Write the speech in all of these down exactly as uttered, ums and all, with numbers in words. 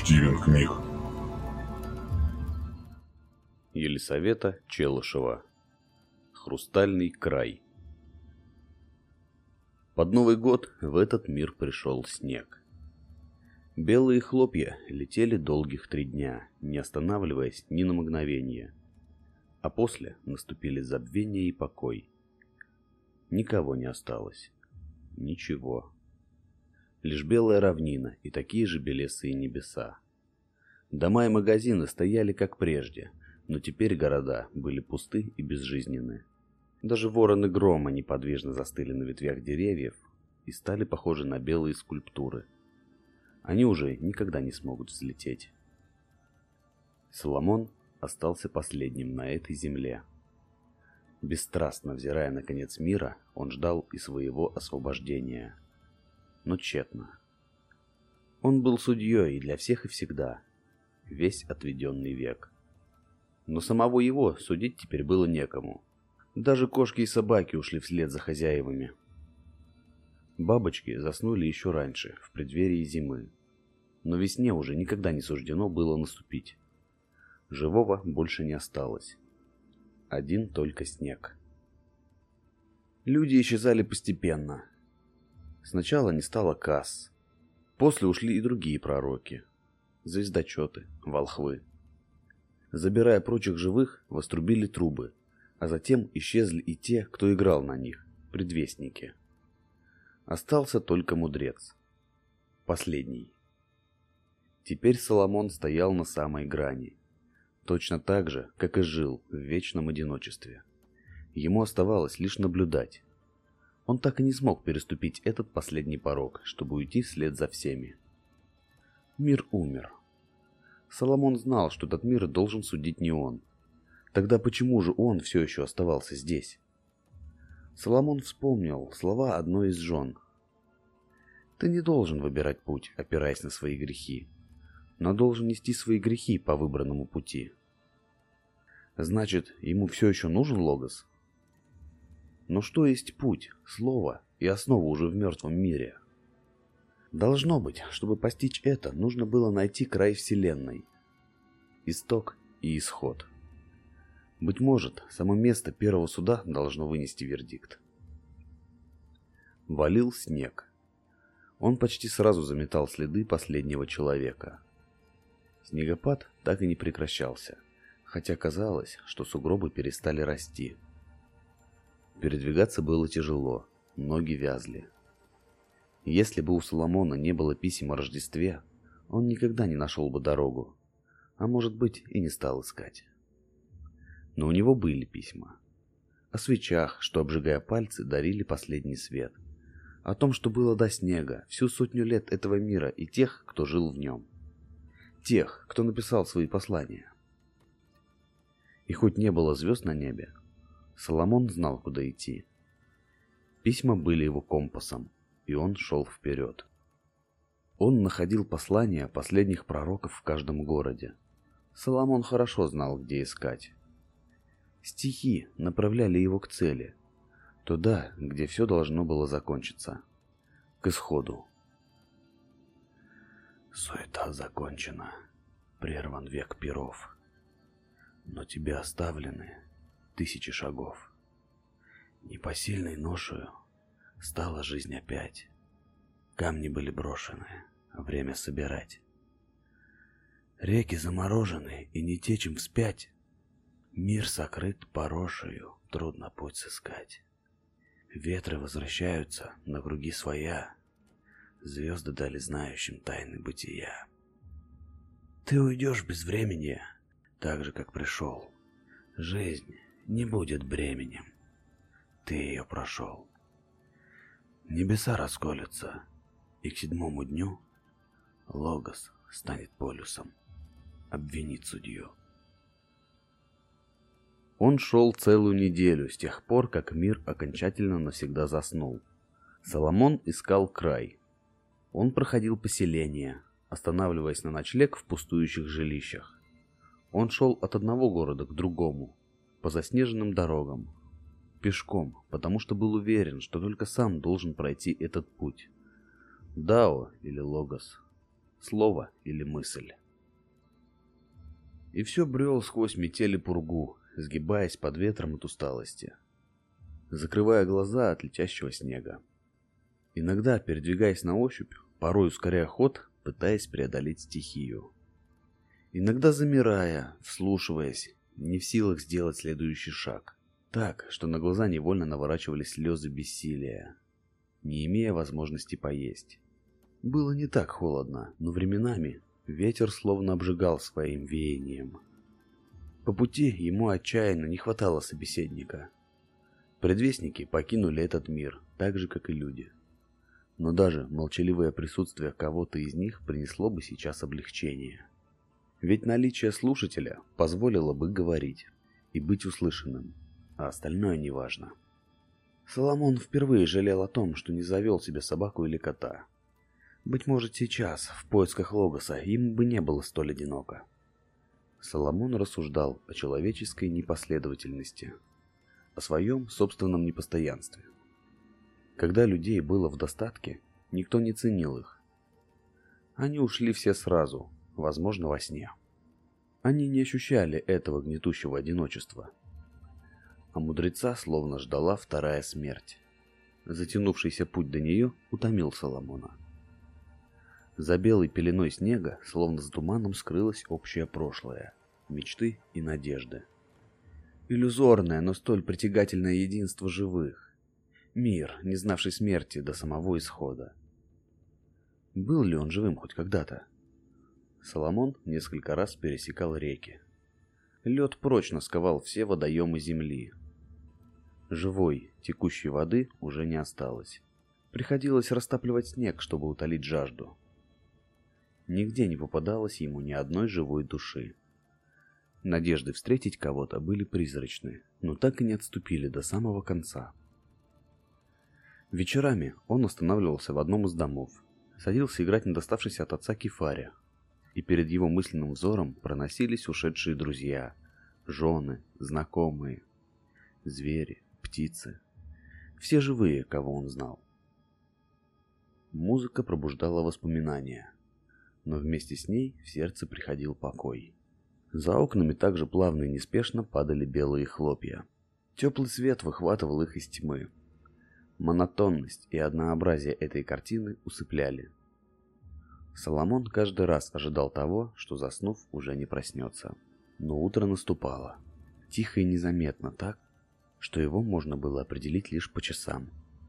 Стивен Книг. Елисавета Челышева. Хрустальный край. Под Новый год в этот мир пришел снег. Белые хлопья летели долгих три дня, не останавливаясь ни на мгновение. А после наступили забвение и покой. Никого не осталось. Ничего. Лишь белая равнина и такие же белесые небеса. Дома и магазины стояли как прежде, но теперь города были пусты и безжизненны. Даже вороны грома неподвижно застыли на ветвях деревьев и стали похожи на белые скульптуры. Они уже никогда не смогут взлететь. Соломон остался последним на этой земле. Бесстрастно взирая на конец мира, он ждал и своего освобождения. Но тщетно. Он был судьей и для всех и всегда, весь отведенный век. Но самого его судить теперь было некому. Даже кошки и собаки ушли вслед за хозяевами. Бабочки заснули еще раньше, в преддверии зимы. Но весне уже никогда не суждено было наступить. Живого больше не осталось. Один только снег. Люди исчезали постепенно. Сначала не стало касс. После ушли и другие пророки. Звездочеты, волхвы. Забирая прочих живых, вострубили трубы. А затем исчезли и те, кто играл на них, предвестники. Остался только мудрец. Последний. Теперь Соломон стоял на самой грани. Точно так же, как и жил в вечном одиночестве. Ему оставалось лишь наблюдать. Он так и не смог переступить этот последний порог, чтобы уйти вслед за всеми. Мир умер. Соломон знал, что этот мир должен судить не он. Тогда почему же он все еще оставался здесь? Соломон вспомнил слова одной из жен. «Ты не должен выбирать путь, опираясь на свои грехи, но должен нести свои грехи по выбранному пути». Значит, ему все еще нужен логос? Но что есть путь, слово и основа уже в мертвом мире? Должно быть, чтобы постичь это, нужно было найти край вселенной. Исток и исход. Быть может, само место первого суда должно вынести вердикт. Валил снег. Он почти сразу заметал следы последнего человека. Снегопад так и не прекращался, хотя казалось, что сугробы перестали расти. Передвигаться было тяжело, ноги вязли. Если бы у Соломона не было писем о Рождестве, он никогда не нашел бы дорогу, а может быть и не стал искать. Но у него были письма. О свечах, что, обжигая пальцы, дарили последний свет. О том, что было до снега, всю сотню лет этого мира и тех, кто жил в нем. Тех, кто написал свои послания. И хоть не было звезд на небе, Соломон знал, куда идти. Письма были его компасом, и он шел вперед. Он находил послания последних пророков в каждом городе. Соломон хорошо знал, где искать. Стихи направляли его к цели, туда, где все должно было закончиться, к исходу. Суета закончена, прерван век перов, но тебе оставлены тысячи шагов. Непосильной ношею стала жизнь опять. Камни были брошены, время собирать. Реки заморожены и не течем вспять. Мир сокрыт порошею, трудно путь сыскать. Ветры возвращаются на круги своя. Звезды дали знающим тайны бытия. Ты уйдешь без времени, так же, как пришел. Жизнь не будет бременем. Ты ее прошел. Небеса расколются, и к седьмому дню Логос станет полюсом, обвинит судью. Он шел целую неделю с тех пор, как мир окончательно навсегда заснул. Соломон искал край. Он проходил поселения, останавливаясь на ночлег в пустующих жилищах. Он шел от одного города к другому, по заснеженным дорогам, пешком, потому что был уверен, что только сам должен пройти этот путь. Дао или Логос. слово или мысль. И все брел сквозь метель и пургу, сгибаясь под ветром от усталости, закрывая глаза от летящего снега. Иногда передвигаясь на ощупь, порой ускоряя ход, пытаясь преодолеть стихию. Иногда замирая, вслушиваясь, не в силах сделать следующий шаг. Так, что на глаза невольно наворачивались слезы бессилия, не имея возможности поесть. Было не так холодно, но временами ветер словно обжигал своим веянием. По пути ему отчаянно не хватало собеседника. Предвестники покинули этот мир, так же, как и люди. Но даже молчаливое присутствие кого-то из них принесло бы сейчас облегчение. Ведь наличие слушателя позволило бы говорить и быть услышанным, а остальное неважно. Соломон впервые жалел о том, что не завел себе собаку или кота. Быть может, сейчас, в поисках Логоса, ему бы не было столь одиноко. Соломон рассуждал о человеческой непоследовательности, о своем собственном непостоянстве. Когда людей было в достатке, никто не ценил их. Они ушли все сразу, возможно, во сне. Они не ощущали этого гнетущего одиночества. А мудреца словно ждала вторая смерть. Затянувшийся путь до нее утомил Соломона. За белой пеленой снега, словно с туманом, скрылось общее прошлое, мечты и надежды. Иллюзорное, но столь притягательное единство живых. Мир, не знавший смерти до самого исхода. Был ли он живым хоть когда-то? Соломон несколько раз пересекал реки. Лед прочно сковал все водоемы земли. Живой, текущей воды уже не осталось. Приходилось растапливать снег, чтобы утолить жажду. Нигде не попадалось ему ни одной живой души. Надежды встретить кого-то были призрачны, но так и не отступили до самого конца. Вечерами он останавливался в одном из домов, садился играть на доставшейся от отца кефаре, и перед его мысленным взором проносились ушедшие друзья, жены, знакомые, звери, птицы, все живые, кого он знал. Музыка пробуждала воспоминания, но вместе с ней в сердце приходил покой. За окнами также плавно и неспешно падали белые хлопья. Теплый свет выхватывал их из тьмы. Монотонность и однообразие этой картины усыпляли. Соломон каждый раз ожидал того, что, заснув, уже не проснется. Но утро наступало. Тихо и незаметно так, что его можно было определить лишь по часам.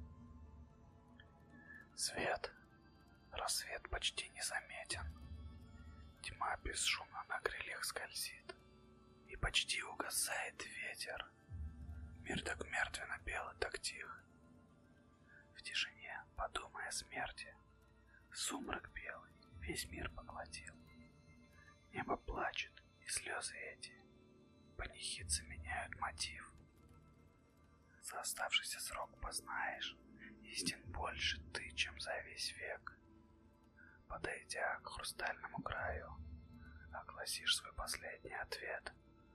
Свет. Рассвет почти незаметен. Тьма бесшумно на крыльях скользит. И почти угасает ветер. Мир так мертвенно-белый, так тих. В тишине, подумай о смерти. Сумрак белый весь мир поглотил. Небо плачет, и слезы эти панихидцы меняют мотив. За оставшийся срок познаешь, истин больше ты, чем за весь век. Подойдя к хрустальному краю, огласишь свой последний ответ.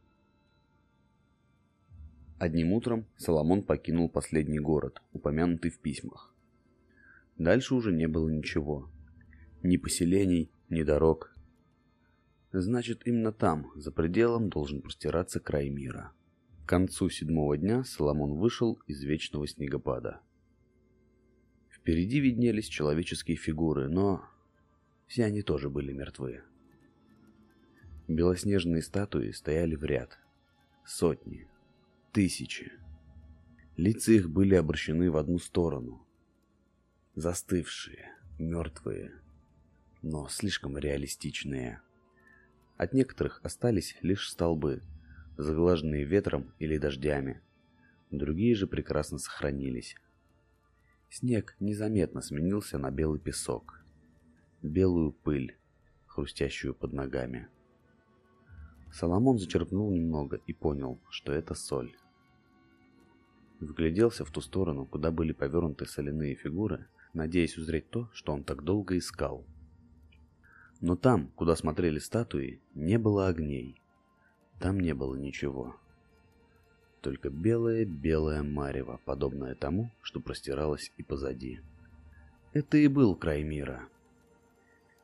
Одним утром Соломон покинул последний город, упомянутый в письмах. Дальше уже не было ничего. Ни поселений, ни дорог. Значит, именно там, за пределом, должен простираться край мира. К концу седьмого дня Соломон вышел из вечного снегопада. Впереди виднелись человеческие фигуры, но все они тоже были мертвы. Белоснежные статуи стояли в ряд. Сотни, тысячи. Лица их были обращены в одну сторону. Застывшие, мертвые, но слишком реалистичные. От некоторых остались лишь столбы, заглаженные ветром или дождями. Другие же прекрасно сохранились. Снег незаметно сменился на белый песок, белую пыль, хрустящую под ногами. Соломон зачерпнул немного и понял, что это соль. Вгляделся в ту сторону, куда были повернуты соляные фигуры, надеясь узреть то, что он так долго искал. Но там, куда смотрели статуи, не было огней. Там не было ничего. Только белое-белое марево, подобное тому, что простиралось и позади. Это и был край мира.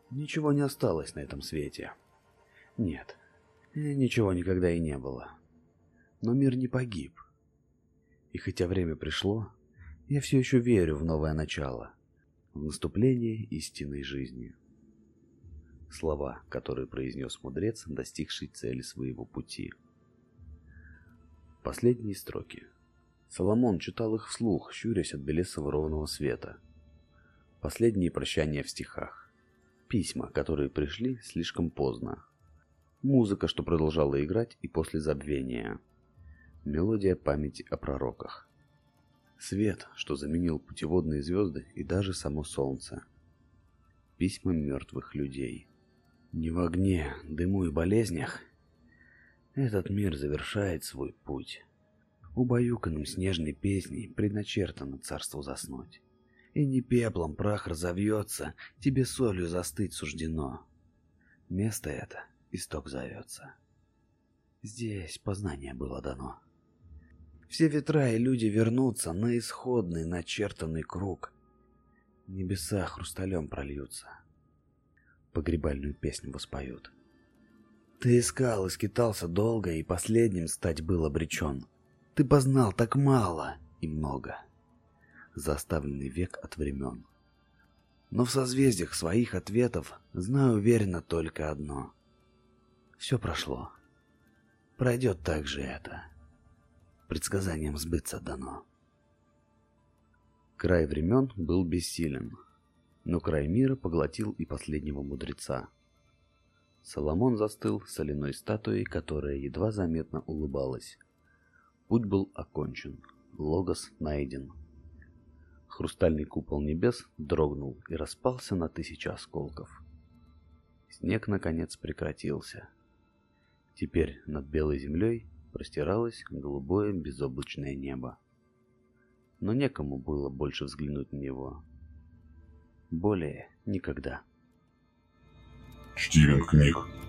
Ничего не осталось на этом свете. Нет, ничего никогда и не было. Но мир не погиб. И хотя время пришло, я все еще верю в новое начало, в наступление истинной жизни. Слова, которые произнес мудрец, достигший цели своего пути. Последние строки. Соломон читал их вслух, щурясь от белесого ровного света. Последние прощания в стихах. Письма, которые пришли слишком поздно. Музыка, что продолжала играть и после забвения. Мелодия памяти о пророках. Свет, что заменил путеводные звезды и даже само солнце. Письма мертвых людей. Не в огне, дыму и болезнях этот мир завершает свой путь. Убаюканным снежной песней предначертано царству заснуть. И не пеплом прах разовьется, тебе солью застыть суждено. Место это исток зовется. Здесь познание было дано. Все ветра и люди вернутся на исходный начертанный круг. Небеса хрусталем прольются. Погребальную песню воспоют. Ты искал и скитался долго, и последним стать был обречен. Ты познал так мало и много за оставленный век от времен. Но в созвездиях своих ответов знаю уверенно только одно. Все прошло. Пройдет так же это. Предсказанием сбыться дано. Край времен был бессилен, но край мира поглотил и последнего мудреца. Соломон застыл соляной статуей, которая едва заметно улыбалась. Путь был окончен, логос найден. Хрустальный купол небес дрогнул и распался на тысячи осколков. Снег, наконец, прекратился. Теперь над белой землей простиралось голубое безоблачное небо. Но некому было больше взглянуть на него. Более никогда. Стивен книг.